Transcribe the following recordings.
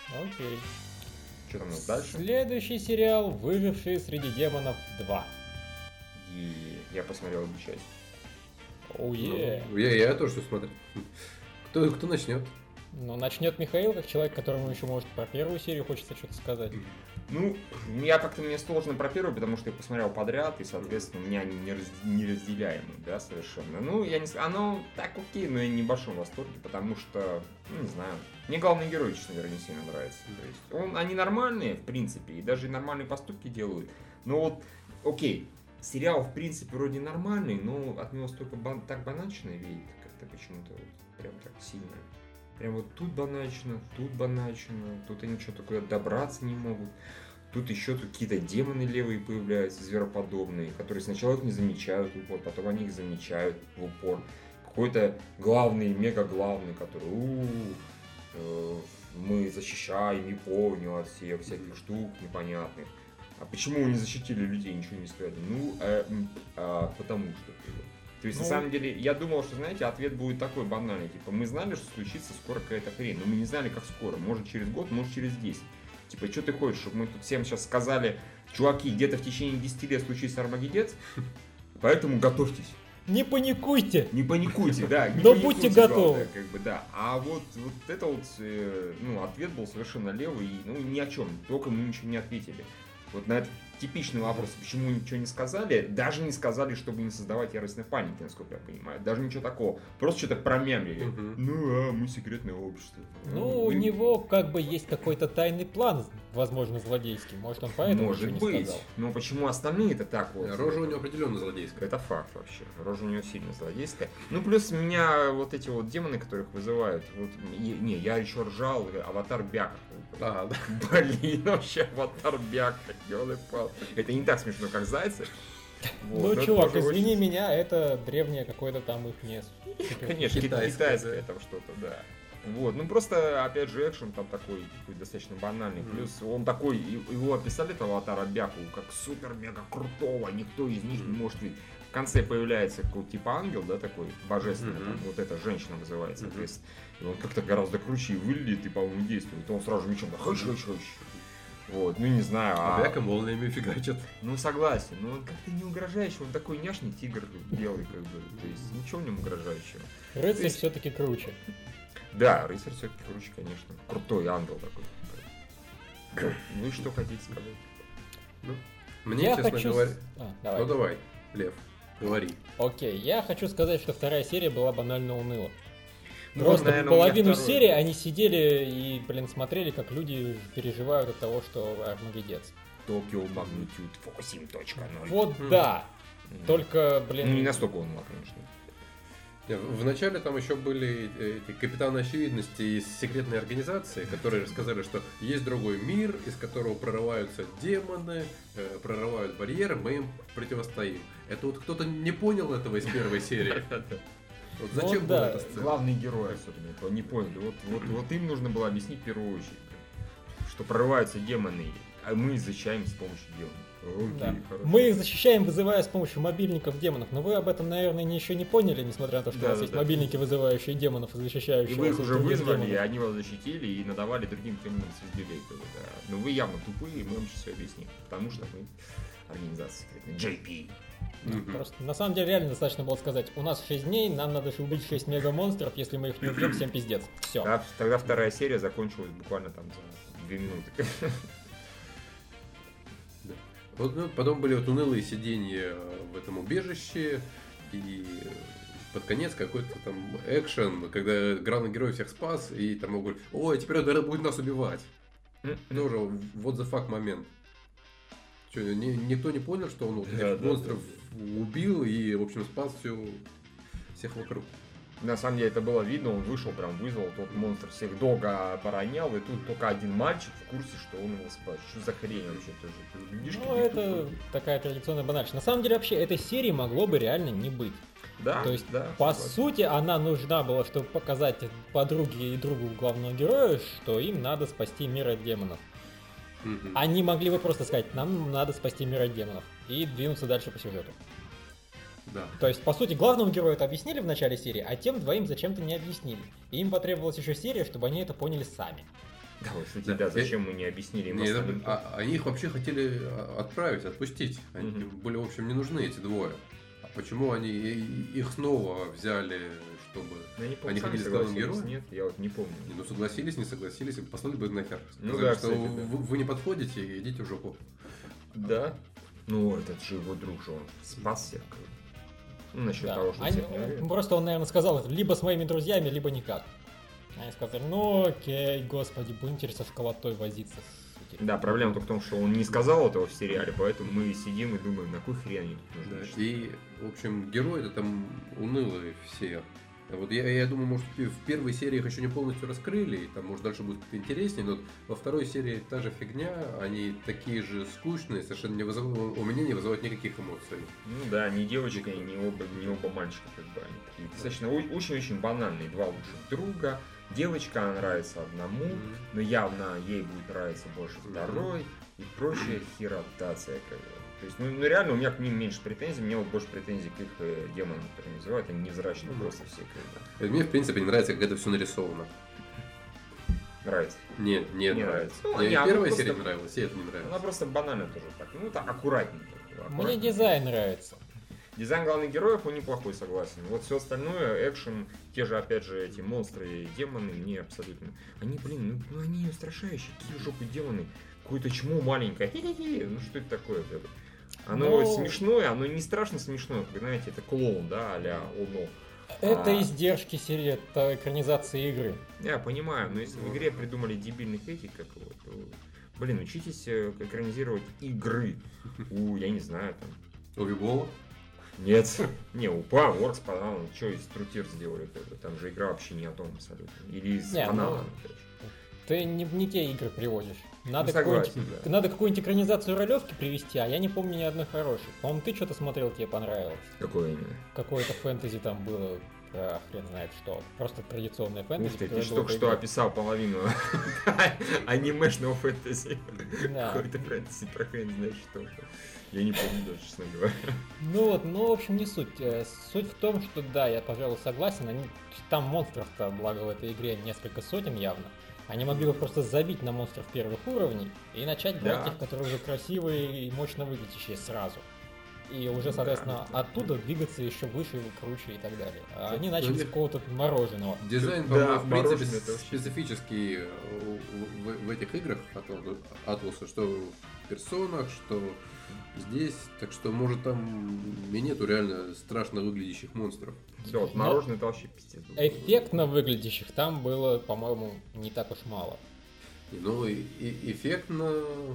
Окей. Что там у нас дальше? Следующий сериал «Выжившие среди демонов 2». И я посмотрел обе части. Оуе. Я тоже все смотрю. Кто начнет? Ну, начнет Михаил, как человек, которому еще, может, про первую серию хочется что-то сказать. Ну, мне сложно про первую, потому что я посмотрел подряд, и, соответственно, у меня они неразделяемы, да, совершенно. Ну, я не знаю, оно так окей, но я не в большом восторге, потому что, ну, не знаю, мне главный герой, честно говоря, не сильно нравится. То есть, они нормальные, в принципе, и даже нормальные поступки делают, но вот, окей, сериал, в принципе, вроде нормальный, но от него столько так банально веет, как-то почему-то вот прям так сильно. Прям вот тут банально, тут они что-то куда-то добраться не могут. Тут еще какие-то демоны левые появляются, звероподобные, которые сначала их не замечают в упор, потом они их замечают в упор. Какой-то главный, мега главный, который мы защищаем Японию от всех всяких штук непонятных. А почему вы не защитили людей, ничего не сказали? Потому что. То есть, на самом деле, я думал, что, знаете, ответ будет такой банальный. Типа, мы знали, что случится скоро какая-то хрень, но мы не знали, как скоро. Может, через год, может, через 10. Типа, что ты хочешь, чтобы мы тут всем сейчас сказали, чуваки, где-то в течение 10 лет случится Армагеддец, поэтому готовьтесь. Не паникуйте! Не паникуйте, да. Но будьте готовы. Да. А вот это вот, ответ был совершенно левый, и, ни о чем, только мы ничего не ответили. Вот на этот типичный вопрос, почему ничего не сказали, даже не сказали, чтобы не создавать яростной паники, насколько я понимаю. Даже ничего такого. Просто что-то промямлили. Мы секретное общество. У него как бы есть какой-то тайный план, возможно, злодейский. Может, он поэтому Может ничего не быть. сказал. Но почему остальные-то так вот? Рожа у него определенно злодейская. Это факт вообще. Рожа у него сильно злодейская. Плюс меня вот эти вот демоны, которых вызывают, я еще ржал, аватар Бяка. Да. Блин, вообще аватар Бяка, ёлы-пал. Это не так смешно, как зайцы. Чувак, извини меня, это древнее какое-то там их место. Конечно, китайское там что-то, да. Просто, опять же, экшен там такой достаточно банальный. Плюс он такой, его описали, этого аватара Бяку, как супер-мега крутого, никто из них не может видеть. В конце появляется какой-то типа ангел, да, такой божественный, там, вот эта женщина вызывается, соответственно. И он как-то гораздо круче выглядит и, по-моему, действует. Он сразу мечом так, не знаю. А Бяка молниями фигачит. Согласен, но он как-то не угрожающий, он такой няшный тигр белый, как бы. То есть ничего в нем угрожающего. Рыцарь все-таки круче. Да, рыцарь все-таки круче, конечно. Крутой ангел такой. Вы что хотите сказать? Мне, честно говоря... Давай. Давай, Лев, говори. Окей, я хочу сказать, что вторая серия была банально уныла. Наверное, половину серии они сидели и, смотрели, как люди переживают от того, что Армагеддец. Токио Магнитюд 8.0. Вот да. Только, не настолько уныло, конечно. Вначале там еще были эти капитаны очевидности из секретной организации, которые рассказали, что есть другой мир, из которого прорываются демоны, прорывают барьеры, мы им противостоим. Это вот кто-то не понял этого из первой серии. Зачем была эта сцена? Главный герой особенно этого не поняли. Вот им нужно было объяснить в первую очередь, что прорываются демоны, а мы их защищаем с помощью демонов. Да. Мы их защищаем, вызывая с помощью мобильников демонов. Но вы об этом, наверное, еще не поняли, несмотря на то, что у вас есть мобильники, вызывающие демонов и защищающие. И вы их уже вызвали, и они вас защитили и надавали другим криминальным звездюлей. Но вы явно тупые, мы вам сейчас все объясним. Потому что мы организация секретная. JP. Просто, на самом деле, реально достаточно было сказать, у нас 6 дней, нам надо же убить 6 мега-монстров, если мы их не убьем, всем пиздец. Все. Да, тогда вторая серия закончилась буквально там за 2 минуты. Потом были унылые сиденья в этом убежище, и под конец какой-то там экшен, когда главный герой всех спас, и там он говорит, ой, теперь он, наверное, будет нас убивать. Тоже what the fuck момент. Что, никто не понял, что он этих монстров убил и, в общем, спас всех вокруг. На самом деле это было видно, он вышел, прям вызвал, тот монстр всех долго оборонял, и тут только один мальчик в курсе, что он его спас. Что за хрень вообще? Это такая традиционная банальность. На самом деле, вообще, этой серии могло бы реально не быть. Да, то есть, по сути, она нужна была, чтобы показать подруге и другу главного героя, что им надо спасти мир от демонов. Они могли бы просто сказать, нам надо спасти мир от демонов, и двинуться дальше по сюжету. Да. То есть, по сути, главному герою это объяснили в начале серии, а тем двоим зачем-то не объяснили. И им потребовалась еще серия, чтобы они это поняли сами. Да, вот, кстати, да, зачем мы не объяснили им остальным? Они их вообще хотели отправить, отпустить. Они были, в общем, не нужны, эти двое. А почему они их снова взяли, чтобы они ходили с главным героем? Нет, я вот не помню. Ну, согласились, не согласились, послали бы нахер. Ну да, что кстати, вы не подходите, идите в жопу. Да? Ну, этот же его друг же, он спас всех. Ну, насчет Да. того, что всех не уверен. Просто он, наверное, сказал, либо с моими друзьями, либо никак. Они сказали, ну окей, господи, будем теперь со школотой возиться. Да, проблема только в том, что он не сказал этого в сериале, поэтому мы сидим и думаем, на какой хрен они тут нужны. Да. И, в общем, герои-то там унылые все. Вот я думаю, может, в первой серии их еще не полностью раскрыли, и там, может, дальше будет как-то интереснее, но во второй серии та же фигня, они такие же скучные, совершенно у меня не вызывают никаких эмоций. Ну да, ни девочка, ни оба мальчика, как бы они такие достаточно очень-очень банальные, два лучших друга. Девочка, она нравится одному, но явно ей будет нравиться больше второй и прочая херотация, как бы. То есть, ну реально у меня к ним меньше претензий, мне вот больше претензий к их демонам, которые называют, они невзрачные просто все. Как бы. Мне, в принципе, не нравится, как это все нарисовано. Нравится? Нет, не нравится. Ну, Мне первая серия нравилась, и это не нравится. Она просто банально тоже так, ну так аккуратненько. Мне дизайн нравится. Дизайн главных героев, он неплохой, согласен. Вот все остальное, экшен, те же, опять же, эти монстры и демоны, мне абсолютно... Они, блин, ну они устрашающие, какие жопы деланы. Какое-то чмо маленькое. Хе-хе-хе. Ну что это такое? Оно смешное, оно не страшно смешное. Как, знаете, это клоун, да, а-ля Оно. Это издержки серии, это экранизация игры. Я понимаю, но если в игре придумали дебильных этих, как его, то... Блин, учитесь экранизировать игры. Я не знаю, там... У Вибола? Нет, не, у Powerworks, по-моему, что из Трутир сделали, как бы, там же игра вообще не о том абсолютно. Или из Банана. Ты не те игры приводишь. Надо, согласен, надо какую-нибудь экранизацию ролевки привести, а я не помню ни одной хорошей. По-моему, ты что-то смотрел, тебе понравилось. Какое именно? Какое-то фэнтези там было, про хрен знает что. Просто традиционное фэнтези. Ух ты же только что описал половину анимешного фэнтези. Какой-то фэнтези про хрен знает что. Я не помню даже, честно говоря. Ну вот, ну в общем не суть. Суть в том, что да, я, пожалуй, согласен. Там монстров-то, благо в этой игре несколько сотен явно. Они могли бы просто забить на монстров первых уровней и начать брать тех, которые уже красивые и мощно выглядящие сразу. И уже, соответственно, оттуда двигаться еще выше, круче и так далее. А они начали с какого-то мороженого. Дизайн, по-моему, в принципе, специфический в этих играх Атласа, что в персонах, что здесь, так что, может, там и нету реально страшно выглядящих монстров. Все, вот мороженое это вообще пиздец. Эффектно выглядящих там было, по-моему, не так уж мало. Ну, и эффектно...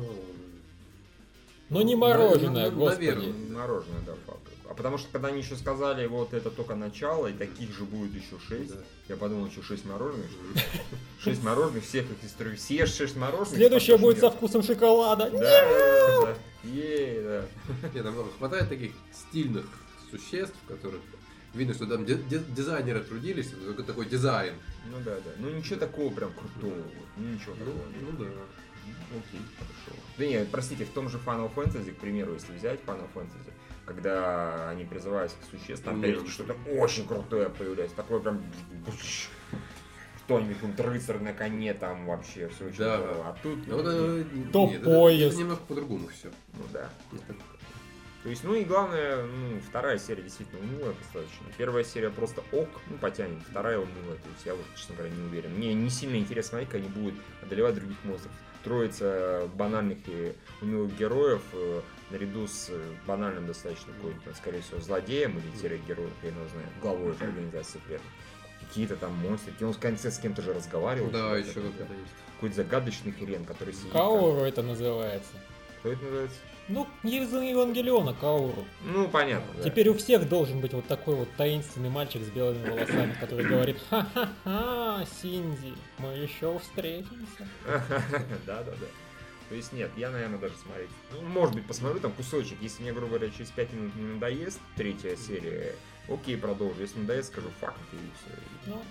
Но не мороженое, господи. Наверное. Мороженое, да, факт. А потому что, когда они еще сказали, вот это только начало, и таких же будет еще 6, да. Я подумал, что 6 мороженых, что ли? 6 мороженых, всех их историй. Все 6 мороженых. Следующее будет со вкусом шоколада. Да. Нет, там хватает таких стильных существ, которых видно, что там дизайнеры трудились, такой дизайн. Ну да. Ну ничего такого прям крутого. Ничего такого. Ну да. Окей, хорошо. Да нет, простите, в том же Final Fantasy, к примеру, если взять Final Fantasy, когда они призывают всех существ, там опять что-то очень крутое появляется, такое прям кто-нибудь, рыцарь на коне, там вообще все очень здорово. А тут... Топ-поезд. Это немножко по-другому все. Ну да. То есть, ну и главное, вторая серия действительно унылая достаточно. Первая серия просто ок, потянет, вторая унылая. То есть я вот, честно говоря, не уверен. Мне не сильно интересно смотреть, как они будут одолевать других монстров. Троица банальных и унылых героев наряду с банальным достаточно какой-то, скорее всего, злодеем или героем, я не знаю, главой этой организации секретной. Какие-то там монстры. Он в конце с кем-то же разговаривал. Да, еще какой-то есть. Какой-то загадочный хрен, который сидит. Каору это называется. Что это называется? Ну, из Евангелиона Каору. Ну, понятно. Да. Теперь у всех должен быть вот такой вот таинственный мальчик с белыми волосами, который говорит: ха-ха-ха, Синди, мы еще встретимся. Да. То есть нет, я, наверное, даже смотреть. Ну, может быть, посмотрю там кусочек. Если мне, грубо говоря, через 5 минут не надоест третья серия, окей, продолжу. Если надоест, скажу факт и все. Ну,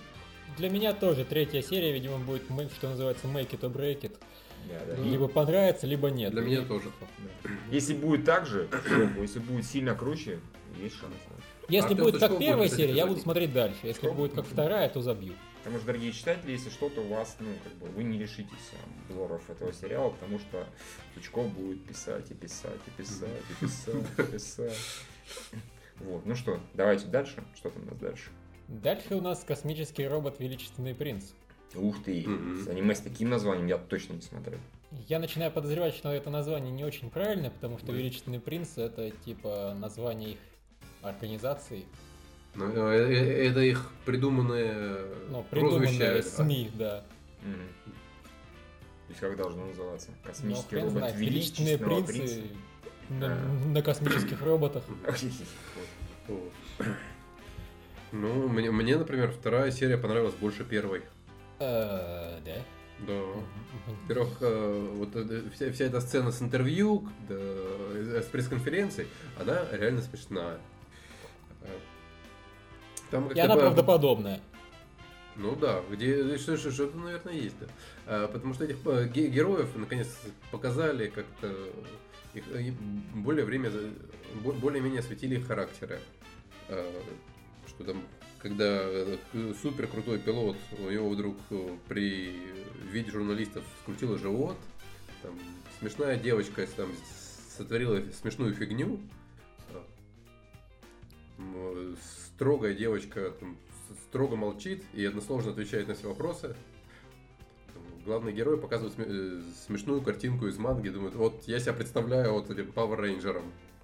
Для меня тоже третья серия, видимо, будет, что называется, make it or break it. Да. Либо понравится, либо нет. Для меня тоже. Если будет так же, если будет сильно круче, есть шанс. Если будет как первая будет, серия, я буду смотреть дальше. Если будет как вторая, то забью. Потому что, дорогие читатели, если что-то у вас, вы не лишитесь обзоров этого сериала, потому что Сучков будет писать. Вот, ну что, давайте дальше. Что там у нас дальше? Дальше у нас космический робот Величественный принц. Ух ты, с аниме с таким названием я точно не смотрел. Я начинаю подозревать, что это название не очень правильное, потому что Величественный принц это типа название их организации. Ну, это их придуманное прозвище. СМИ, да. То есть как должно называться? Космический робот робот Величественные принцы на космических роботах. Ну, мне, например, вторая серия понравилась больше первой. Да? Да. Во-первых, вот вся эта сцена с интервью, с пресс-конференцией, она реально смешная. И она правдоподобная. Ну да, где что-то, наверное, есть, да. Потому что этих героев наконец показали как-то более-менее осветили их характеры. Что там, когда супер крутой пилот, у него вдруг при виде журналистов скрутило живот, там, смешная девочка там сотворила смешную фигню, строгая девочка там строго молчит и односложно отвечает на все вопросы. Главный герой показывает смешную картинку из манги, думает, вот я себя представляю вот этим Power Ranger'ом.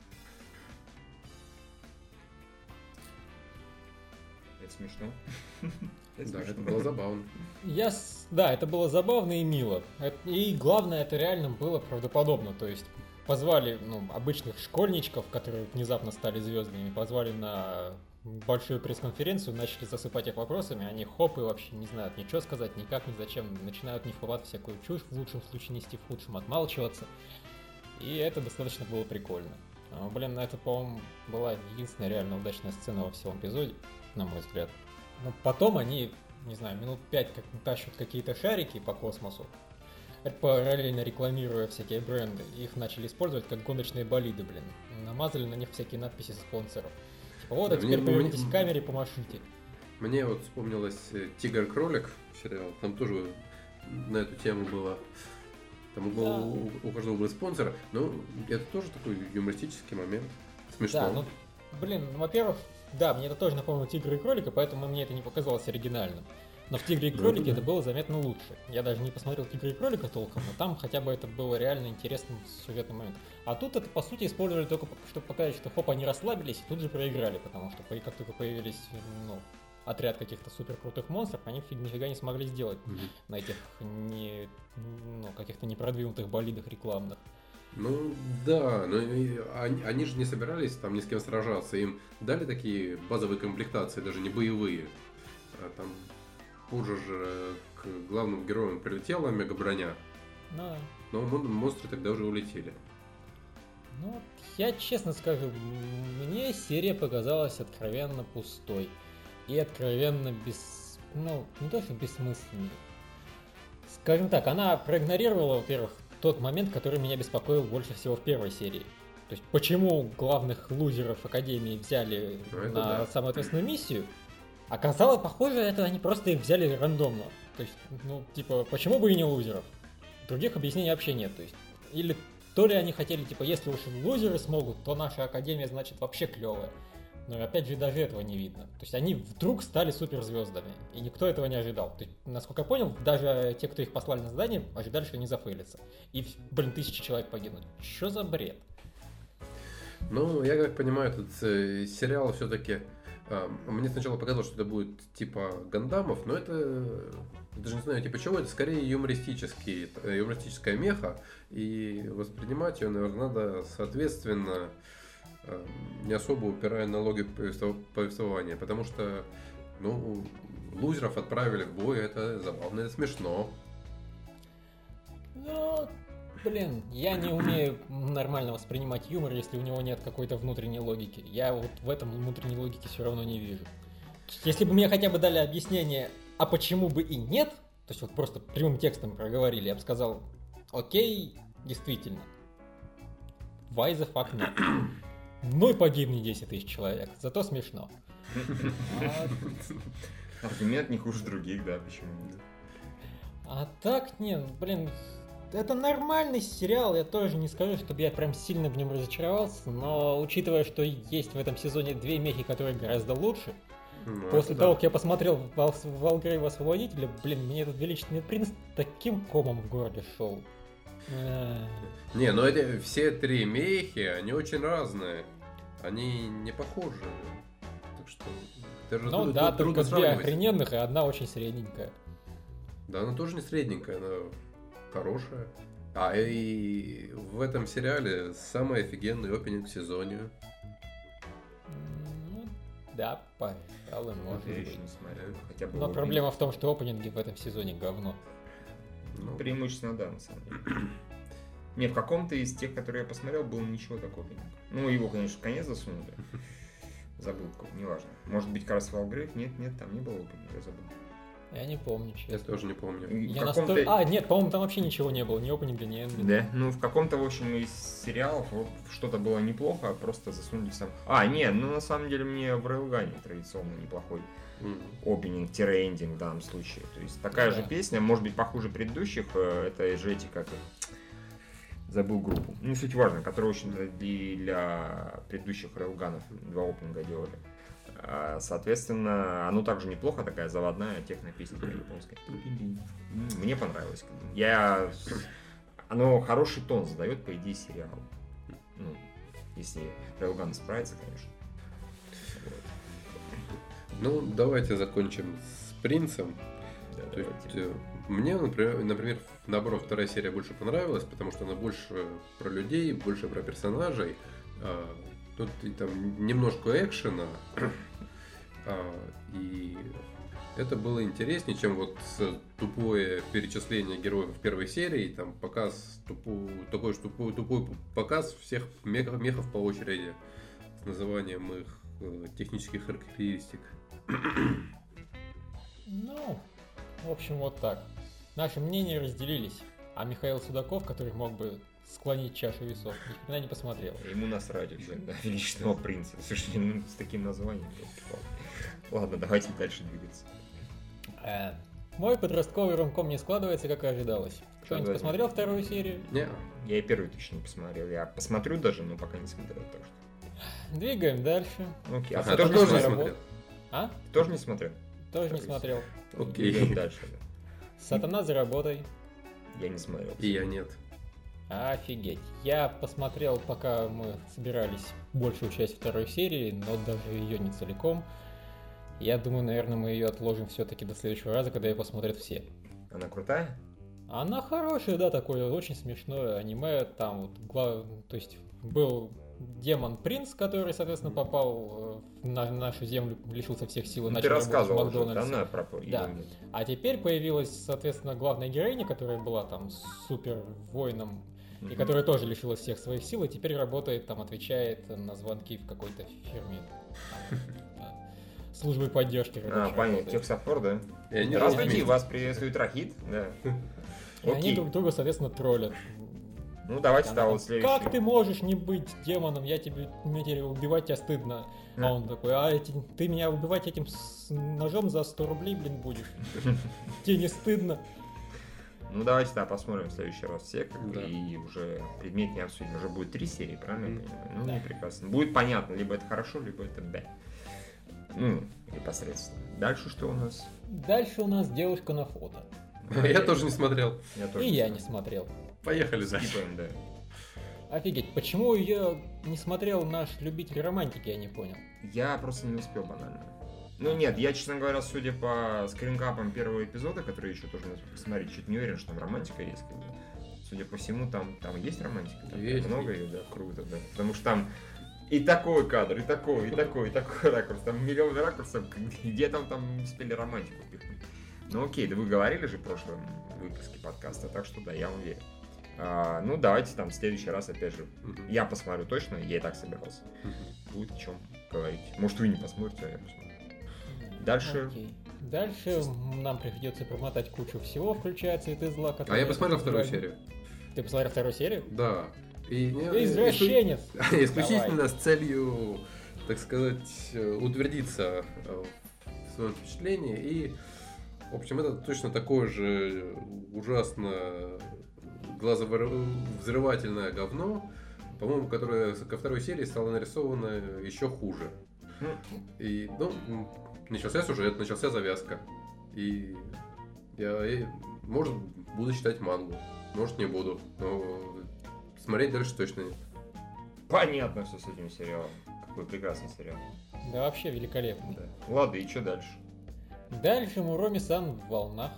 Это смешно. Да, это было забавно. Да, это было забавно и мило. И главное, это реально было правдоподобно. То есть позвали обычных школьничков, которые внезапно стали звездами, позвали на большую пресс-конференцию, начали засыпать их вопросами, они хоп и вообще не знают ничего сказать, никак, ни зачем, начинают не впадать в всякую чушь, в лучшем случае нести, в худшем отмалчиваться. И это достаточно было прикольно. Это, по-моему, была единственная реально удачная сцена во всем эпизоде, на мой взгляд. Но потом они, не знаю, минут 5 как тащат какие-то шарики по космосу, параллельно рекламируя всякие бренды. Их начали использовать как гоночные болиды, намазали на них всякие надписи спонсоров. Вот, а теперь повернитесь к камере, помашите. Мне вот вспомнилось «Тигр-кролик» сериал, там тоже на эту тему было. Там у каждого был спонсор, но это тоже такой юмористический момент. Смешно. Да, во-первых, да, мне это тоже напомнило «Тигра и кролика», поэтому мне это не показалось оригинальным. Но в «Тигре и кролике» это было заметно лучше. Я даже не посмотрел «Тигра и кролика» толком, но там хотя бы это было реально интересным сюжетным моментом. А тут это, по сути, использовали только, чтобы показать, что хоп, они расслабились и тут же проиграли, потому что как только появились отряд каких-то супер крутых монстров, они нифига не смогли сделать на этих каких-то непродвинутых болидах рекламных. Ну да, но они же не собирались там ни с кем сражаться, им дали такие базовые комплектации, даже не боевые. Там позже же к главным героям прилетела мегаброня, но монстры тогда уже улетели. Я честно скажу, мне серия показалась откровенно пустой и откровенно не то что бессмысленной. Скажем так, она проигнорировала, во-первых, тот момент, который меня беспокоил больше всего в первой серии. То есть, почему главных лузеров Академии взяли на самую ответственную миссию? Оказалось, похоже, это они просто их взяли рандомно. То есть, почему бы и не лузеров? Других объяснений вообще нет. То есть, или то ли они хотели, если уж лузеры смогут, то наша Академия, значит, вообще клевая. Но опять же, даже этого не видно. То есть, они вдруг стали суперзвездами, и никто этого не ожидал. То есть, насколько я понял, даже те, кто их послали на задание, ожидали, что они зафейлятся. И, 1000 человек погибнут. Что за бред? Я как понимаю, этот сериал все-таки... Мне сначала показалось, что это будет типа Гандамов, но это даже не знаю типа чего, это скорее юмористическая меха, и воспринимать ее, наверное, надо соответственно, не особо упирая на логику повествования, потому что лузеров отправили в бой, это забавно, это смешно. Я не умею нормально воспринимать юмор, если у него нет какой-то внутренней логики. Я вот в этом внутренней логики все равно не вижу. Если бы мне хотя бы дали объяснение, А почему бы и нет? То есть вот просто прямым текстом проговорили, я бы сказал, окей, действительно. Why the fuck not? Ну и погибнет 10 тысяч человек, зато смешно. Аргумент не хуже других, да, почему нет? А так, нет, блин, это нормальный сериал, я тоже не скажу, чтобы я прям сильно в нем разочаровался, но учитывая, что есть в этом сезоне две мехи, которые гораздо лучше, после того, как я посмотрел Валгрейва Освободителя, блин, мне этот величественный принц таким комом в горле шел. Не, ну это все три мехи, они очень разные. Они не похожи. Так что... Ну да, только две охрененных и одна очень средненькая. Да, она тоже не средненькая, она хорошая. А и в этом сериале самый офигенный опенинг в сезоне. Да, пожалуй, может быть. Хотя бы но проблема в том, что опенинги в этом сезоне говно. Ну, преимущественно, да, на самом деле. Не, в каком-то из тех, которые я посмотрел, было ничего такого. Ну, его, конечно, в конец засунули. Забыл, неважно. Может быть, как раз Валгрейв? Нет, там не было опенинга, я забыл. Я не помню, честно. Я тоже не помню. Нет, по-моему, там вообще ничего не было, ни опенинга, ни эндинга. Да, ну в каком-то, в общем, из сериалов вот, что-то было неплохо, а просто засунули сам. Нет, ну на самом деле мне в Рейлгане традиционно неплохой опенинг-эндинг в данном случае. То есть такая же песня, может быть, похуже предыдущих, это же эти, как забыл группу. Не суть важно, которые очень для предыдущих Рейлганов два опенинга делали. Соответственно, оно также неплохо, такая заводная техно-песня японская. Мне понравилось. Оно хороший тон задает, по идее, сериалу. Ну, если Рейлган справится, конечно. Вот. Ну, давайте закончим с принцем. Да, то есть, мне, например, наоборот, вторая серия больше понравилась, потому что она больше про людей, больше про персонажей. Тут там немножко экшена, и это было интереснее, чем вот тупое перечисление героев в первой серии, там показ тупой показ всех мехов по очереди с называнием их технических характеристик. Ну, в общем, вот так. Наши мнения разделились, а Михаил Судаков, который мог бы склонить чашу весов, никогда не посмотрел. Ему насрать вообще, да, величественного принца. Слушай, ну с таким названием. Ладно, давайте дальше двигаться. Мой подростковый ромком не складывается, как и ожидалось. Кто-нибудь посмотрел вторую серию? Нет. Я и первую точно не посмотрел. Я посмотрю даже, но пока не смотрел, так что. Двигаем дальше. Окей. Ты тоже не смотрел? А? Тоже не смотрел? Тоже не смотрел. Окей. Двигаем дальше, да. Сатана за работой. Я не смотрел. И я нет. Офигеть. Я посмотрел, пока мы собирались, большую часть второй серии, но даже ее не целиком. Я думаю, наверное, мы ее отложим все-таки до следующего раза, когда ее посмотрят все. Она крутая? Она хорошая, да, такое очень смешное аниме. Там вот, то есть был демон-принц, который, соответственно, попал на нашу землю, лишился всех сил и начал работать в Макдональдсе. Да. А теперь появилась, соответственно, главная героиня, которая была там супер воином, и которая тоже лишилась всех своих сил, и теперь работает, там, отвечает на звонки в какой-то фирме. Службой поддержки. Понятно, техсаппорт, да? Здравствуйте, вас приветствует Рахит. Да. И они друг друга, соответственно, троллят. Ну, давайте вот следующий. Как ты можешь не быть демоном? Мне теперь убивать тебя стыдно. А он такой, ты меня убивать этим ножом за 100 рублей, блин, будешь? Тебе не стыдно? Ну, давайте, посмотрим в следующий раз все, и уже предметнее обсудим. Уже будет 3 серии, правильно? Ну, не прекрасно. Будет понятно, либо это хорошо, либо это б. Ну, непосредственно. Дальше что у нас? Дальше у нас девушка на фото. Я тоже не смотрел. Я не смотрел. Поехали дальше. Да. Офигеть, почему ее не смотрел наш любитель романтики, я не понял. Я просто не успел банально. Ну нет, я, честно говоря, судя по скринкапам первого эпизода, который еще тоже надо посмотреть, чуть не уверен, что там романтика есть. Судя по всему, там есть романтика. Там есть. Много ее, да, круто, да. Потому что там и такой кадр, и такой ракурс. Там миллион ракурсов, где там успели романтику впихнуть. Ну окей, да вы говорили же в прошлом выпуске подкаста, так что да, я вам верю. Ну давайте в следующий раз, опять же, я посмотрю точно, я и так собирался. Будет о чем говорить. Может вы не посмотрите, а я посмотрю. Дальше Дальше нам придется промотать кучу всего, включая «Цветы зла». А я посмотрел вторую серию. Ты посмотрел вторую серию? Да. Извращенец! Исключительно с целью, так сказать, утвердиться в своем впечатлении. И, в общем, это точно такое же ужасно глазовзрывательное говно, по-моему, которое ко второй серии стало нарисовано еще хуже. И, начался сюжет, начался завязка. И я, может, буду читать мангу, может, не буду, но смотреть дальше точно нет. Понятно все с этим сериалом. Какой прекрасный сериал. Да, вообще великолепный. Да. Ладно, и что дальше? Дальше Муроми-сан в волнах.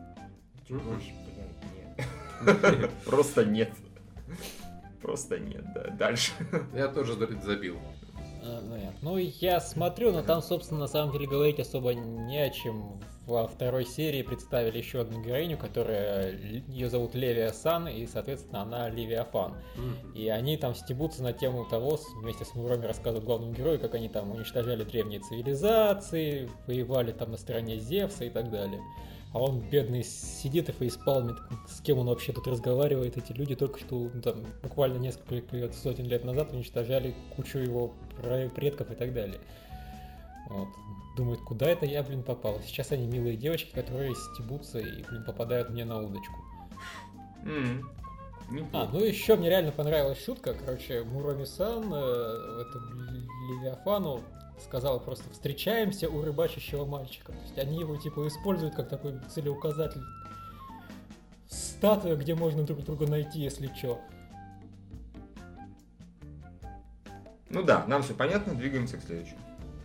Нет. Просто нет. Просто нет, да. Дальше. Я тоже забил. Ну, я смотрю, но там, собственно, на самом деле говорить особо не о чем. Во второй серии представили еще одну героиню, ее зовут Левия-сан, и, соответственно, она Левиафан. И они там стебутся на тему того, вместе с Муроми рассказывают главному герою, как они там уничтожали древние цивилизации, воевали там на стороне Зевса и так далее. А он, бедный, сидит и фейспалмит, с кем он вообще тут разговаривает. Эти люди только что, там, буквально несколько сотен лет назад уничтожали кучу его предков и так далее. Вот. Думают, куда это я, попал. Сейчас они милые девочки, которые стебутся и, попадают мне на удочку. Ну еще мне реально понравилась шутка. Короче, Муроми-сан этому Левиафану сказал просто: встречаемся у рыбачащего мальчика. То есть они его типа используют как такой целеуказатель. Статуя, где можно друг друга найти, если чё. Ну да, нам все понятно, двигаемся к следующему.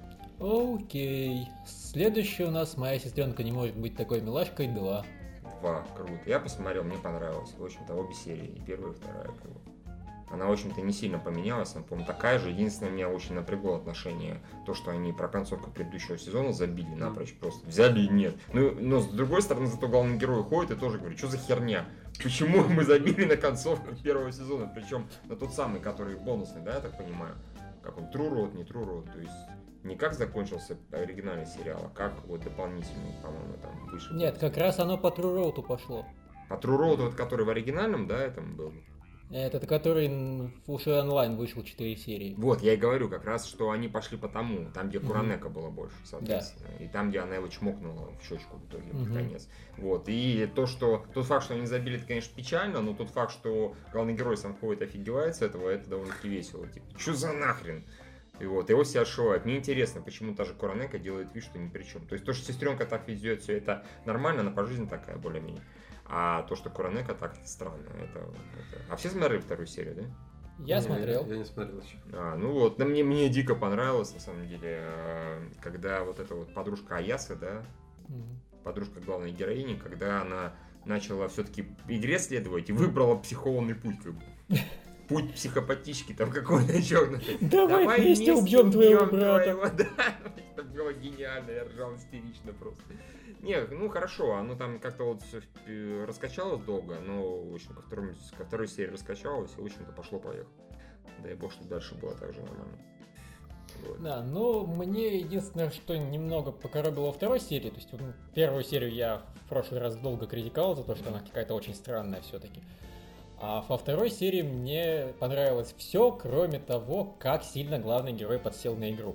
Окей. Следующий у нас «Моя сестренка не может быть такой милашкой 2». Круто. Я посмотрел, мне понравилось. В общем-то, обе серии, и первая, и вторая. Она, в общем-то, не сильно поменялась. Она, по-моему, такая же. Единственное, меня очень напрягло отношение то, что они про концовку предыдущего сезона забили напрочь. Просто взяли и нет. Но с другой стороны, зато главный герой ходит и тоже говорит: что за херня? Почему мы забили на концовку первого сезона? Причем на тот самый, который бонусный, да, я так понимаю? Как он, True Road, не True Road. То есть не как закончился оригинальный сериал, а как вот дополнительный, по-моему, там вышел. Нет, как раз оно по True Road пошло. По True Road, вот, который в оригинальном, да, этом был? Это который уже онлайн вышел 4 серии. Вот, я и говорю как раз, что они пошли по тому, там, где Куранека было больше, соответственно. Да. И там, где она его чмокнула в щечку в итоге, наконец. Вот, и тот факт, что они забили, это, конечно, печально, но тот факт, что главный герой сам ходит, офигевает с этого, это довольно-таки весело. Типа, что за нахрен? И вот, его себя отшивают. Мне интересно, почему та же Куранека делает вид, что ни при чем. То есть то, что сестренка так ведет, все это нормально, она по жизни такая, более-менее. А то, что Куранека так, странно. А все смотрели вторую серию, да? Я смотрел. Я не смотрел еще. Ну вот, мне дико понравилось, на самом деле, когда вот эта вот подружка Аясы, да, подружка главной героини, когда она начала все-таки игре следовать и выбрала психованный путь, как бы. Путь психопатички там какой-то черный. Давай вместе убьем твоего брата. Да, это было гениально, я ржал истерично просто. Не, ну хорошо, оно там как-то вот все раскачалось долго, но, в общем, ко второй серии раскачалось, и, в общем-то, пошло-поехало. Дай бог, что дальше было так же нормально. Вот. Да, ну, мне единственное, что немного покоробило во второй серии, то есть первую серию я в прошлый раз долго критиковал за то, что она какая-то очень странная все-таки. А во второй серии мне понравилось все, кроме того, как сильно главный герой подсел на игру.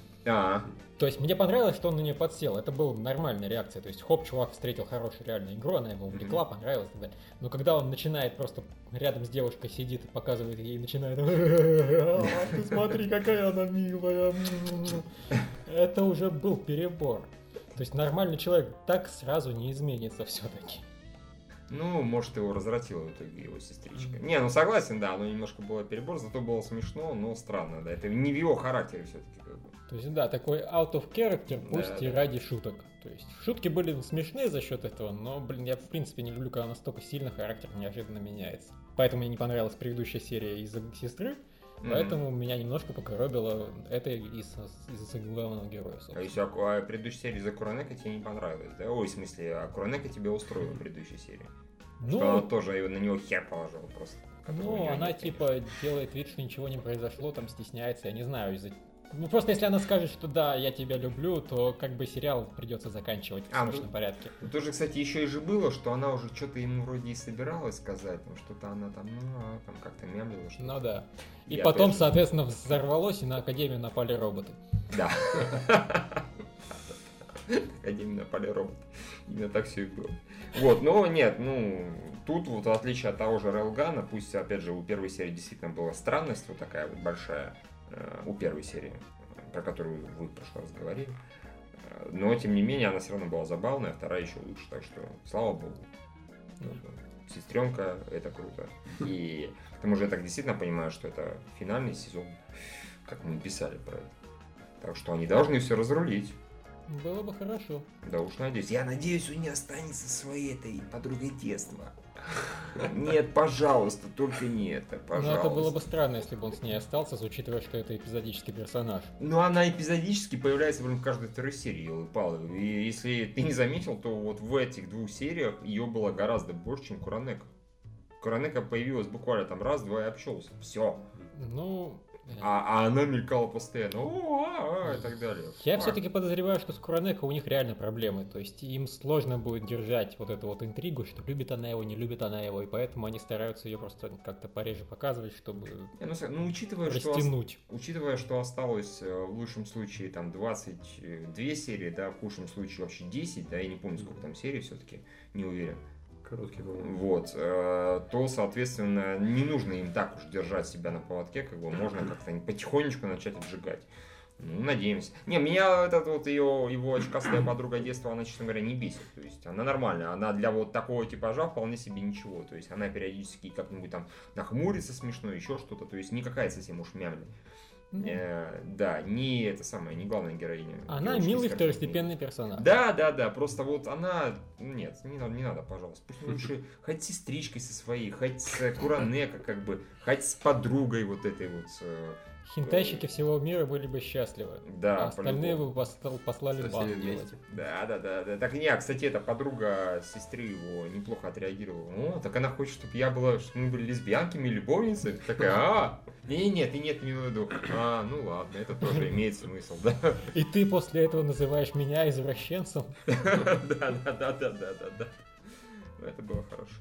То есть мне понравилось, что он на нее подсел. Это была нормальная реакция. То есть, чувак встретил хорошую реальную игру, она его увлекла, понравилась и так далее. Но когда он начинает просто рядом с девушкой сидит и показывает ей, начинает: ты смотри, какая она милая. Это уже был перебор. То есть нормальный человек так сразу не изменится все-таки. Ну, может, его развратила в итоге его сестричка. Не, ну согласен, да, оно немножко было перебор, зато было смешно, но странно, да. Это не в его характере все-таки как бы. То есть, да, такой out of character, пусть и ради шуток. То есть, шутки были смешные за счет этого, но, я в принципе не люблю, когда настолько сильно характер неожиданно меняется. Поэтому мне не понравилась предыдущая серия из-за сестры, поэтому меня немножко покоробило это из-за главного героя, собственно. А если предыдущая серия из-за Куранека тебе не понравилась, да? Ой, в смысле, Куранека тебя устроила в предыдущей серии? Ну, что она тоже на него хер положила просто. Ну, она типа делает вид, что ничего не произошло, там стесняется, я не знаю, из-за Ну просто если она скажет, что да, я тебя люблю, то как бы сериал придется заканчивать в срочном порядке. Тоже, кстати, еще и же было, что она уже что-то ему вроде и собиралась сказать, но что-то она там, там как-то мямлила. Что-то. Ну да. И потом, соответственно, взорвалось, и на Академию напали роботы. Да. Академию напали роботы. Именно так все и было. Вот, но нет, тут вот в отличие от того же Рейлгана, пусть, опять же, у первой серии действительно была странность вот такая вот большая, у первой серии, про которую вы в прошлый раз говорили, но, тем не менее, она все равно была забавная, а вторая еще лучше, так что, слава богу. Сестренка, это круто. И к тому же я так действительно понимаю, что это финальный сезон, как мы писали про это. Так что они должны все разрулить. Было бы хорошо. Да уж надеюсь. Я надеюсь, он не останется своей этой подругой детства. Нет, пожалуйста, только не это, пожалуйста. Но это было бы странно, если бы он с ней остался, учитывая, что это эпизодический персонаж. Ну, она эпизодически появляется в каждой второй серии, елы-палы. И если ты не заметил, то вот в этих двух сериях ее было гораздо больше, чем Куранека. Куранека появилась буквально там раз-два и общался. Все. Ну... А она мелькала постоянно, и так далее. Я все-таки подозреваю, что с Куранеко у них реально проблемы. То есть им сложно будет держать вот эту вот интригу, что любит она его, не любит она его, и поэтому они стараются ее просто как-то пореже показывать, чтобы растянуть. Учитывая, что осталось в лучшем случае там 22 серии, да, в худшем случае вообще 10, да, я не помню, сколько там серий все-таки, не уверен. Короткий был. Вот, то, соответственно, не нужно им так уж держать себя на поводке, как бы можно как-то потихонечку начать отжигать. Ну, надеемся. Не, меня его очкастая подруга детства, она, честно говоря, не бесит. То есть она нормальная, она для вот такого типажа вполне себе ничего. То есть она периодически как-нибудь там нахмурится смешно, еще что-то. То есть никакая совсем уж мямля. Да, не главная героиня. Она милый второстепенный персонаж. Да, просто вот она... Нет, не надо, пожалуйста. Пусть лучше хоть с сестричкой со своей, хоть с Куранека, как бы, хоть с подругой вот этой вот... Хентайщики всего мира были бы счастливы. Да, а остальные бы послали бан делать. Да. Так не, кстати, эта подруга сестры его неплохо отреагировала. Так она хочет, чтобы мы были лесбиянками, любовницами. Такая, нет, ты не имел в виду. Ну ладно, это тоже имеет смысл, да. И ты после этого называешь меня извращенцем? Да. Это было хорошо.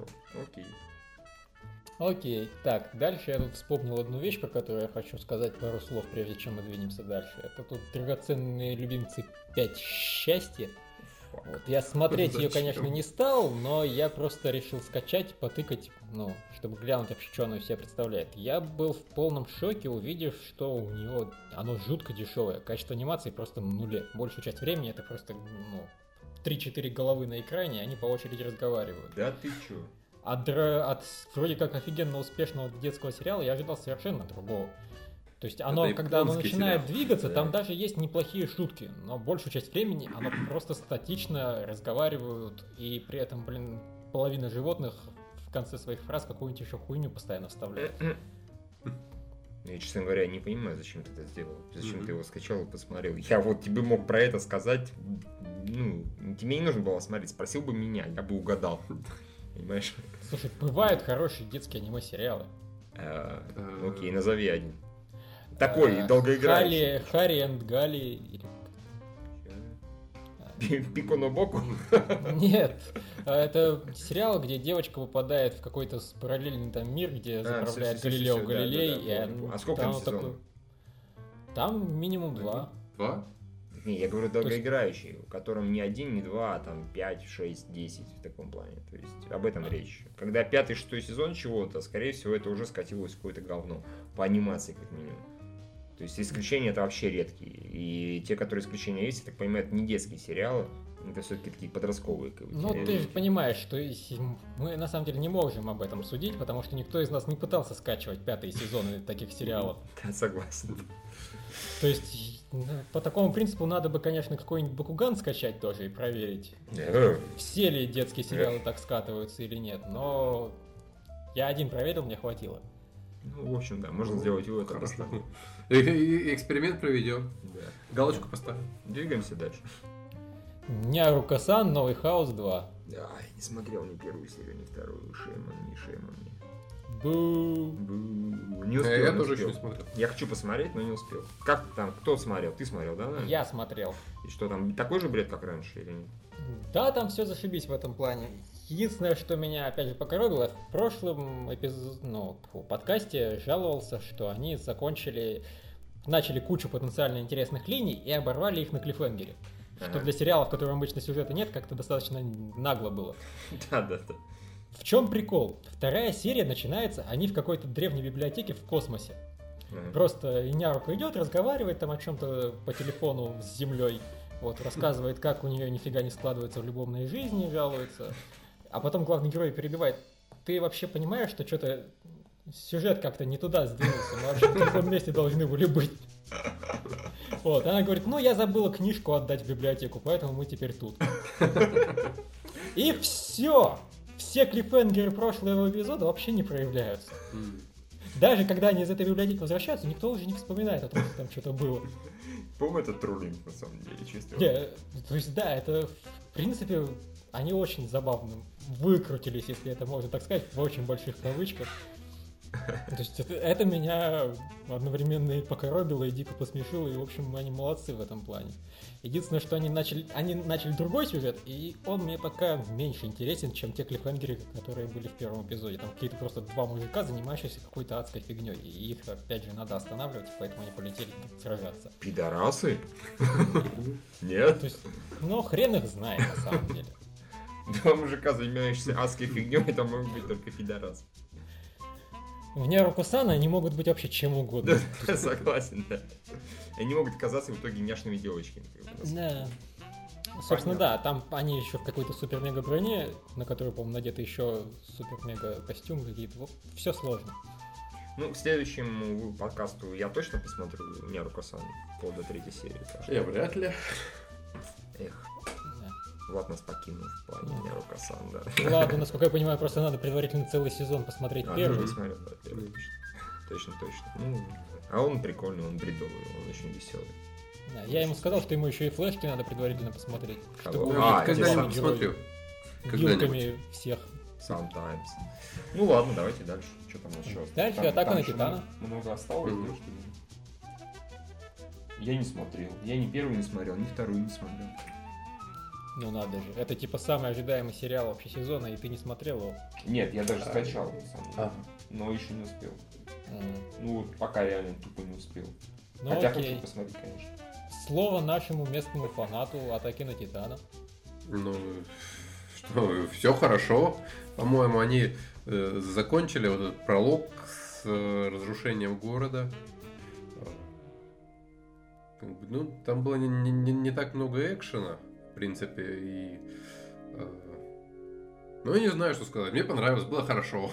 Окей, так, дальше я тут вспомнил одну вещь, про которую я хочу сказать пару слов, прежде чем мы двинемся дальше. Это тут драгоценные любимцы 5 счастья. Вот. Я смотреть ее, конечно, не стал, но я просто решил скачать, потыкать, чтобы глянуть вообще, что она из себя представляет. Я был в полном шоке, увидев, что у нее оно жутко дешевое. Качество анимации просто на нуле. Большую часть времени это просто, 3-4 головы на экране, они по очереди разговаривают. Да ты чё? От вроде как офигенно успешного детского сериала я ожидал совершенно другого. То есть когда оно начинает двигаться, там даже есть неплохие шутки, но большую часть времени оно просто статично разговаривают, и при этом, половина животных в конце своих фраз какую-нибудь еще хуйню постоянно вставляет. Я, честно говоря, не понимаю, зачем ты это сделал. Зачем ты его скачал и посмотрел. Я вот тебе мог про это сказать. Тебе не нужно было смотреть. Спросил бы меня, я бы угадал. Понимаешь? Слушай, бывают хорошие детские аниме-сериалы. Окей, назови один. Такой, долгоиграющий. Хари энд Гали. Пико но Боку? Нет. Это сериал, где девочка попадает в какой-то параллельный там мир, где заправляет Галилео Галилей. А сколько там сезонов? Там минимум 2. 2? Не, я говорю долгоиграющий, в котором не 1, не 2, а там 5, 6, 10 в таком плане. То есть об этом речь. Когда 5-6 сезон чего-то, скорее всего, это уже скатилось в какое-то говно. По анимации, как минимум. То есть исключения это вообще редкие. И те, которые исключения есть, я так понимаю, это не детские сериалы. Это все-таки такие подростковые. Ты же понимаешь, что мы на самом деле не можем об этом судить, потому что никто из нас не пытался скачивать 5-й сезоны таких сериалов. Да, согласен. То есть по такому принципу надо бы, конечно, какой-нибудь Бакуган скачать тоже и проверить, все ли детские сериалы так скатываются или нет. Но я один проверил, мне хватило. В общем, да, можно сделать его это поставить. Эксперимент проведем. Да. Галочку поставим. Двигаемся дальше. Нярука-сан, Новый Хаус 2. Да, я не смотрел ни первую серию, ни вторую. Шейм on me. Бу. Не успел, Я не тоже успел. еще не смотрел. Я хочу посмотреть, но не успел. Как там, кто смотрел? Ты смотрел, да? Наверное? Я смотрел. И что там, такой же бред, как раньше или нет? Да, там все зашибись в этом плане. Единственное, что меня опять же покоробило, в прошлом подкасте жаловался, что они начали кучу потенциально интересных линий и оборвали их на клиффхенгере. Что для сериала, в котором обычно сюжета нет, как-то достаточно нагло было. Да. В чем прикол? Вторая серия начинается, они в какой-то древней библиотеке в космосе. Просто Нярука идет, разговаривает там о чем-то по телефону с Землей. Вот, рассказывает, как у нее нифига не складывается в любовной жизни, жалуется. А потом главный герой перебивает. Ты вообще понимаешь, что что-то сюжет как-то не туда сдвинулся? Мы вообще в другом месте должны были быть. Вот, она говорит, я забыла книжку отдать в библиотеку, поэтому мы теперь тут. И все! Все клиффхенгеры прошлого эпизода вообще не проявляются. Даже когда они из этой библиотеки возвращаются, никто уже не вспоминает о том, что там что-то было. По-моему, это троллинг, на самом деле, честно. То есть, да, это, в принципе, они очень забавно выкрутились, если это можно так сказать, в очень больших кавычках. То есть, это меня одновременно и покоробило, и дико посмешило, и, в общем, они молодцы в этом плане. Единственное, что они начали другой сюжет, и он мне пока меньше интересен, чем те клиффхенгеры, которые были в первом эпизоде. Там какие-то просто два мужика, занимающиеся какой-то адской фигней, и их, опять же, надо останавливать, поэтому они полетели сражаться. Пидорасы? Нет? То есть, хрен их знает, на самом деле. Два мужика, занимающиеся адской фигней, там могут быть только пидорасы. В Няруко-сан они могут быть вообще чем угодно. Да, согласен, да. Они могут оказаться в итоге няшными девочками. Да. Собственно, да, там они еще в какой-то супер-мега броне, на которую, по-моему, надеты еще супер-мега костюм какие-то. Все сложно. К следующему подкасту я точно посмотрю Няруко-сан до 3-й серии. Я вряд ли. Эх. Влад нас покинул в плане Няруко-сан, да. Ладно, насколько я понимаю, просто надо предварительно целый сезон посмотреть первый. Я смотрел, да, первый. Точно. А он прикольный, он бредовый, он очень веселый. Да, я ему сказал, что ему еще и флешки надо предварительно посмотреть. Чтобы когда-нибудь посмотрю. Вилками всех. Sometimes. Ладно, давайте дальше. Что там еще? Дальше Атака на Титана. Много осталось, да, что ли? Я не смотрел. Я ни первый не смотрел, ни второй не смотрел. Надо же. Это типа самый ожидаемый сериал вообще сезона, и ты не смотрел его? Нет, я даже скачал, на самом деле. Но еще не успел. Пока реально тупо не успел. Хотя хочу посмотреть, конечно. Слово нашему местному фанату Атаки на Титана. Все хорошо. По-моему, они закончили вот этот пролог с разрушением города. Там было не так много экшена, в принципе, и... я не знаю, что сказать. Мне понравилось, было хорошо.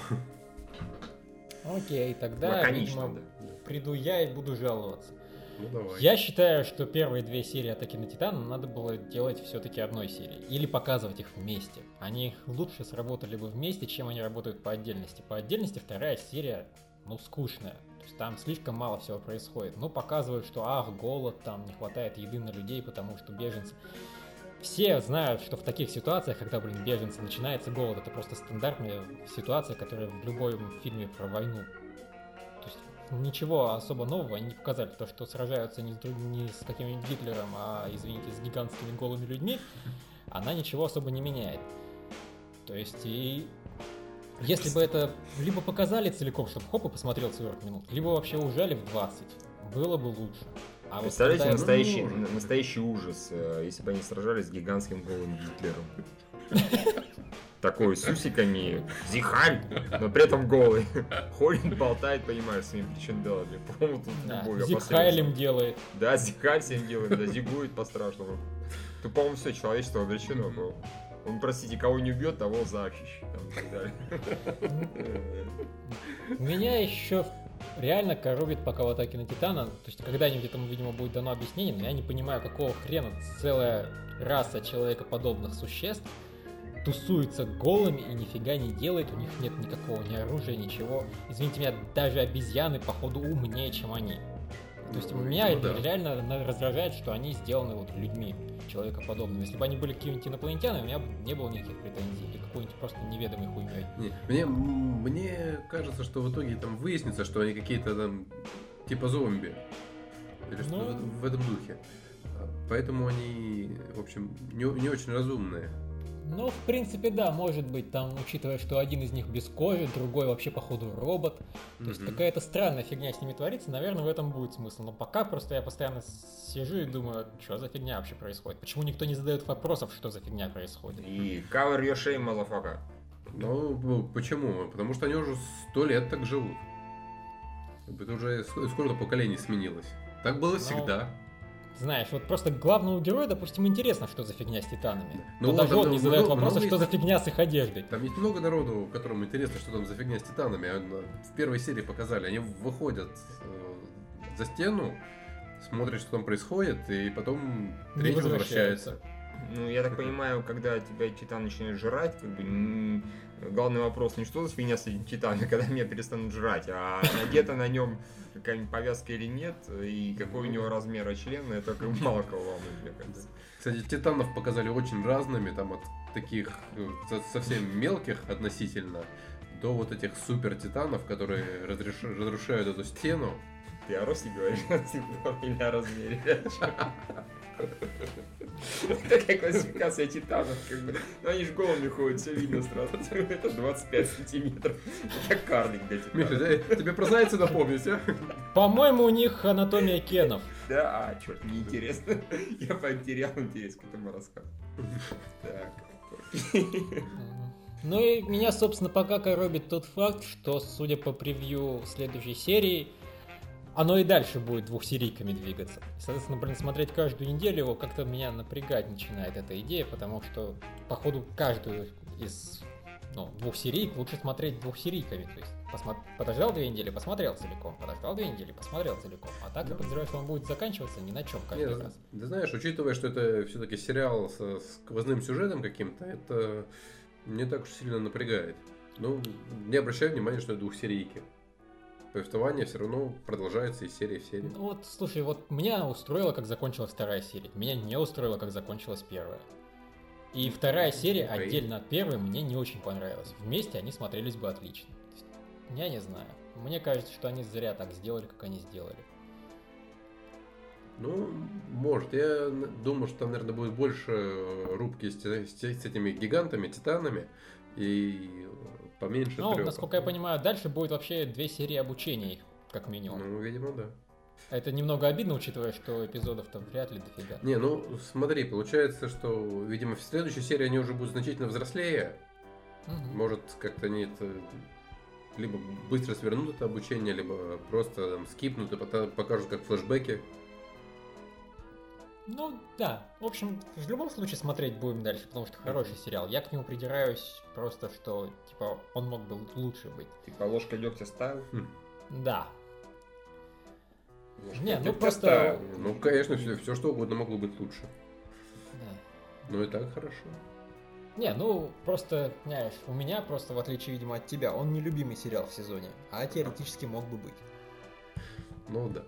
Окей, тогда, видимо, приду я и буду жаловаться. Давай. Я считаю, что первые две серии Атаки на Титана надо было делать все-таки одной серией. Или показывать их вместе. Они лучше сработали бы вместе, чем они работают по отдельности. По отдельности вторая серия, скучная. То есть там слишком мало всего происходит. Показывают, что голод, там не хватает еды на людей, потому что беженцы... Все знают, что в таких ситуациях, когда, беженцы, начинается голод, это просто стандартная ситуация, которая в любом фильме про войну. То есть ничего особо нового они не показали. То, что сражаются не с каким-нибудь Гитлером, а, извините, с гигантскими голыми людьми, она ничего особо не меняет. То есть, и если бы это либо показали целиком, чтобы хоп, и посмотрел 40 минут, либо вообще ужали в 20, было бы лучше. Представляете, настоящий ужас, если бы они сражались с гигантским голым Гитлером. Такой с усиками, Зихаль, но при этом голый. Ходит, болтает, понимаешь, своим причиндалами. По-моему, тут любовь Зихайлем делает. Да, Зихаль всем делает, да, зигует по-страшному. Тут, по-моему, все, человечество обречено было. Он, простите, кого не убьет, того защищит. И так далее. Меня еще реально коробит пока в Атаке на Титана. То есть когда-нибудь этому, видимо, будет дано объяснение, но я не понимаю, какого хрена целая раса человекоподобных существ тусуется голыми и нифига не делает, у них нет никакого ни оружия, ничего. Извините меня, даже обезьяны, походу, умнее, чем они. То есть меня реально раздражает, что они сделаны вот людьми, человекоподобными. Если бы они были какими-нибудь инопланетянами, у меня не было никаких претензий. Или какой-нибудь просто неведомый хуйней. Мне кажется, что в итоге там выяснится, что они какие-то там типа зомби. Или что в этом духе. Поэтому они, в общем, не очень разумные. Ну, в принципе, да, может быть, там, учитывая, что один из них без кожи, другой вообще, походу, робот. То есть какая-то странная фигня с ними творится, наверное, в этом будет смысл. Но пока просто я постоянно сижу и думаю, что за фигня вообще происходит? Почему никто не задает вопросов, что за фигня происходит? И cover your shame, motherfucker. Ну, почему? Потому что они уже 100 лет так живут. Это уже сколько поколений сменилось. Так было всегда. Знаешь, вот просто главному герою, допустим, интересно, что за фигня с титанами. Ну, но даже он не задает вопроса, что за фигня с их одеждой. Там есть много народу, которым интересно, что там за фигня с титанами. В первой серии показали, они выходят за стену, смотрят, что там происходит, и потом третий возвращается. Ну, я так понимаю, когда тебя титан начинает жрать, как бы главный вопрос не что за фигня с этим титаном, когда меня перестанут жрать, а надета на нем какая-нибудь повязка или нет, и какой у него размер члена, это как мало кого волнует, мне кажется. Кстати, титанов показали очень разными, там от таких совсем мелких относительно, до вот этих супер титанов, которые разрушают эту стену. Ты о росте говоришь, или о размере? Такая классификация титанов, как бы. Ну они же голыми ходят, все видно сразу. Это 25 сантиметров. Как карлик для титанов. Миша, тебе про зайца напомнить, а? По-моему, у них анатомия Кенов. Да, черт, неинтересно. Я потерял интерес к этому рассказу. Так. Ну и меня, собственно, пока коробит тот факт, что, судя по превью следующей серии, оно и дальше будет двухсерийками двигаться. Соответственно, блин, смотреть каждую неделю его как-то меня напрягать начинает эта идея, потому что, походу, каждую из двухсерийк лучше смотреть двухсерийками. То есть подождал 2 недели, посмотрел целиком, подождал 2 недели, посмотрел целиком. А так я подозреваю, что он будет заканчиваться ни на чем каждый раз. Ты знаешь, учитывая, что это все-таки сериал со сквозным сюжетом каким-то, это не так уж сильно напрягает. Ну, не обращаю внимания, что это двухсерийки. Повествование все равно продолжается из серии в серию. Ну вот, слушай, вот меня устроило, как закончилась 2 серия. Меня не устроило, как закончилась 1. И 2 серия отдельно от 1 мне не очень понравилась. Вместе они смотрелись бы отлично. Я не знаю. Мне кажется, что они зря так сделали, как они сделали. Ну, может. Я думаю, что там, наверное, будет больше рубки с этими гигантами, титанами. И поменьше трёпа. Ну, насколько я понимаю, дальше будет вообще 2 серии обучения их, как минимум. Ну, видимо, да. Это немного обидно, учитывая, что эпизодов-то вряд ли дофига. Не, ну, смотри, получается, что, видимо, в следующей серии они уже будут значительно взрослее. Может, как-то они это либо быстро свернут это обучение, либо просто там скипнут и покажут как флешбеки. Ну, да. В общем, в любом случае смотреть будем дальше, потому что хороший сериал. Я к нему придираюсь просто, что, типа, он мог бы лучше быть. Типа ложка дегтя ставил? Да. Ложка Не, ну дегтя просто... ставил. Ну, конечно, все что угодно могло быть лучше. Да. Ну и так хорошо. Не, ну, просто, знаешь, у меня просто, в отличие, видимо, от тебя, он нелюбимый сериал в сезоне, а теоретически мог бы быть. Ну, да.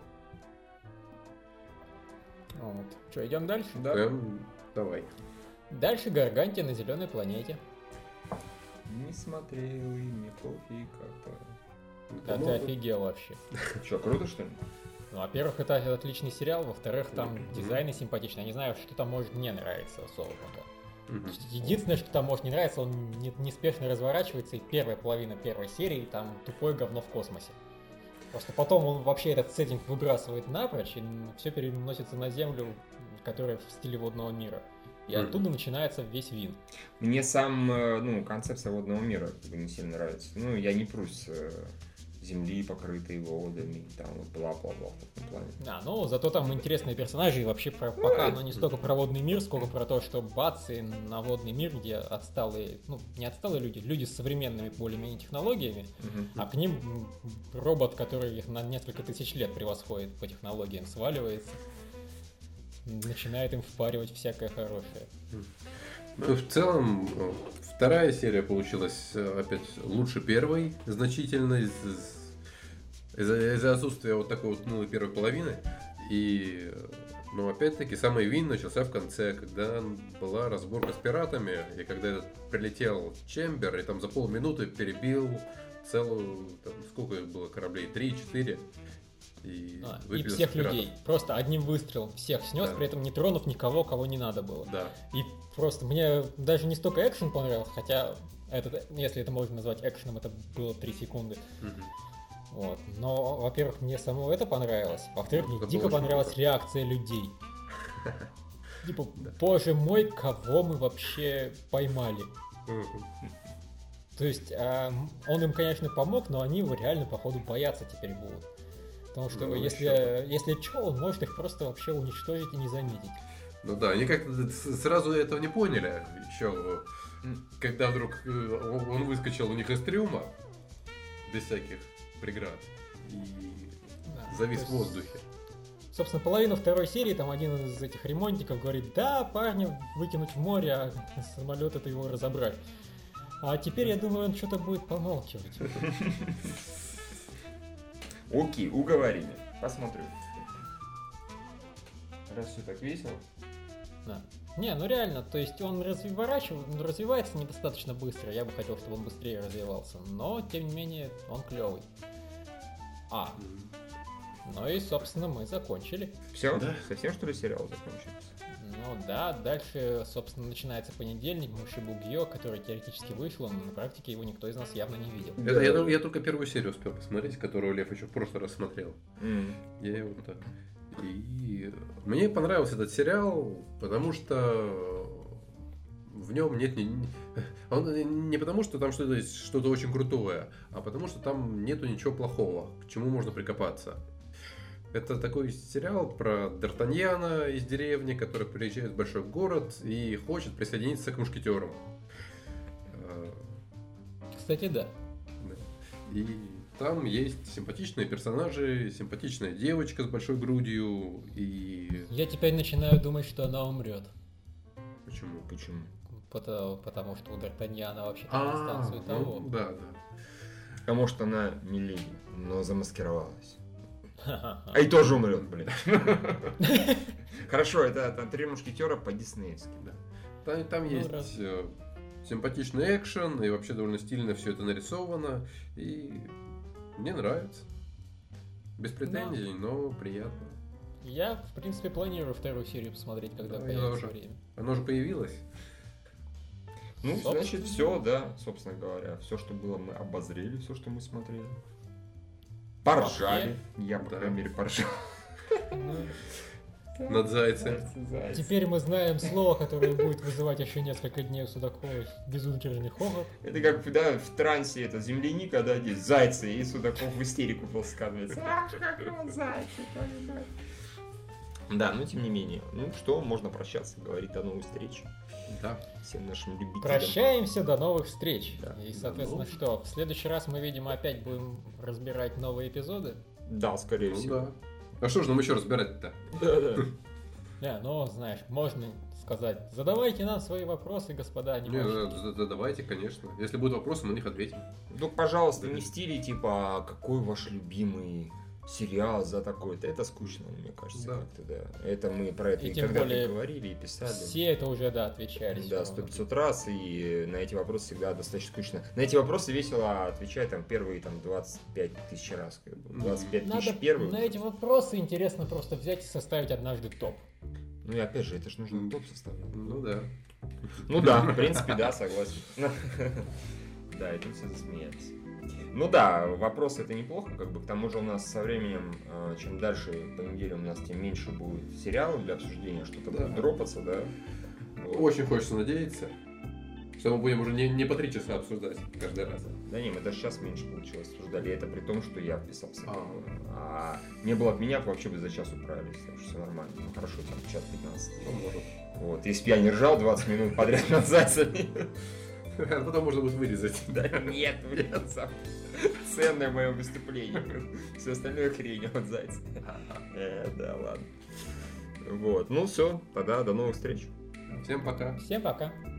Вот. Что, идем дальше? Да. Давай. Дальше Гаргантия на зеленой планете. Не смотрел, и мне пофиг как-то. Да ты офигел вообще. Что, круто, что ли? Ну, во-первых, это отличный сериал, во-вторых, там дизайны симпатичные. Я не знаю, что там может не нравиться особо пока. Единственное, что там может не нравиться, он неспешно разворачивается, и первая половина первой серии там тупое говно в космосе. Просто потом он вообще этот сеттинг выбрасывает напрочь, и все переносится на Землю, которая в стиле водного мира. И оттуда начинается весь вин. Мне сам, концепция водного мира как бы не сильно нравится. Ну, я не прусь земли, покрытой водами, там вот бла-бла-бла в таком плане. Да, ну зато там интересные персонажи, и вообще пока оно не столько про водный мир, сколько про то, что бац, и на водный мир, где отсталые, не отсталые люди с современными более-менее технологиями, а к ним робот, который их на несколько тысяч лет превосходит по технологиям, сваливается, начинает им впаривать всякое хорошее. Ну, в целом, 2 серия получилась опять лучше первой, значительно. Из-за отсутствия вот такой вот унылой первой половины. И, ну, опять-таки, самый вин начался в конце, когда была разборка с пиратами, и когда этот прилетел Чембер, и там за полминуты перебил целую, там, сколько их было кораблей, 3-4. И всех людей. Просто одним выстрелом всех снес, при этом не тронув никого, кого не надо было. Да. И просто мне даже не столько экшен понравился, хотя, если это можно назвать экшеном, это было 3 секунды. Вот. Но, во-первых, мне само это понравилось. Во-вторых, мне дико понравилась реакция людей. Типа, боже мой, кого мы вообще поймали? То есть, он им, конечно, помог, но они его реально, походу, бояться теперь будут. Потому что если что, он может их просто вообще уничтожить и не заметить. Ну да, они как-то сразу этого не поняли. Еще, когда вдруг он выскочил у них из трюма, без всяких преград, и завис в воздухе. Собственно, половину второй серии там один из этих ремонтников говорит: да, парня выкинуть в море, а самолет это его разобрать. А теперь, я думаю, он что-то будет помалкивать. Окей, уговорили. Посмотрю. Раз все так весело. Да. Не, ну реально, то есть он развивается недостаточно быстро. Я бы хотел, чтобы он быстрее развивался. Но, тем не менее, он клевый. Ну и, собственно, мы закончили. Все? Да? Совсем, что ли, сериал закончился? Ну да, дальше, собственно, начинается понедельник, Мушибугьё, который теоретически вышел, но на практике его никто из нас явно не видел. Я только первую серию успел посмотреть, которую Лев еще в прошлый раз смотрел. Я его так... И мне понравился этот сериал, потому что в нем нет... Он не потому, что там что-то очень крутое, а потому что там нету ничего плохого, к чему можно прикопаться. Это такой сериал про Д'Артаньяна из деревни, который приезжает в большой город и хочет присоединиться к мушкетерам. Кстати, да. И там есть симпатичные персонажи, симпатичная девочка с большой грудью и... Я теперь начинаю думать, что она умрет. Почему? Потому что у Д'Артаньяна вообще-то дистанцию того. Да. А может, она Миледи, но замаскировалась. А и тоже умрет, блин. Хорошо, это там 3 мушкетера по-диснеевски. Да. Там есть симпатичный экшен, и вообще довольно стильно все это нарисовано. И мне нравится. Без претензий, но приятно. Я, в принципе, планирую вторую серию посмотреть, когда появится время. Оно же появилось. Ну, значит, все, да, собственно говоря. Все, что было, мы обозрели, все, что мы смотрели. Поржали. Я, по крайней мере, поржал. Над зайцем. Теперь мы знаем слово, которое будет вызывать еще несколько дней у Судакова безудержный хохот. Это как в трансе, это земляника, да, здесь зайцы, и Судаков в истерику просто скатывается. Ах, какой он зайцы, да, но тем не менее. Ну что, можно прощаться, говорить до новых встреч. Да. Всем нашим любителям. Прощаемся, до новых встреч. Да. И, соответственно, что? В следующий раз мы, видимо, опять будем разбирать новые эпизоды? Да, скорее всего. Да. А что же нам еще разбирать-то? Да. Ну, знаешь, можно сказать, задавайте нам свои вопросы, господа. Задавайте, конечно. Если будут вопросы, мы на них ответим. Ну, пожалуйста, не в стиле, типа, какой ваш любимый сериал за такой-то. Это скучно, мне кажется, как-то, да. Это мы про это и когда-то говорили, и писали. Все это уже, отвечали. Да, 100-500 раз, и на эти вопросы всегда достаточно скучно. На эти вопросы весело отвечать первые 25 тысяч раз. 25 тысяч первых. На эти вопросы интересно просто взять и составить однажды топ. Ну и опять же, это же нужно топ составлять. Ну да. Ну да, в принципе, да, согласен. Да, и тут все засмеялись. Ну да, вопрос это неплохо, к тому же у нас со временем, чем дальше по неделям у нас, тем меньше будет сериалов для обсуждения, что-то будет дропаться, да. Вот. Очень хочется надеяться, что мы будем уже не по 3 часа обсуждать каждый раз. Да не, мы даже сейчас меньше получилось обсуждали, это при том, что я вписался. А не было от меня, вообще бы за час управились, так что все нормально. Ну хорошо, там час 15. Ну, может. Вот, если бы я не ржал 20 минут подряд над зайцами. А потом можно будет вырезать. Да нет, блин, сам. Ценное мое выступление. Все остальное хрень от зайца. Да, ладно. Вот, ну все, тогда до новых встреч. Всем пока. Всем пока.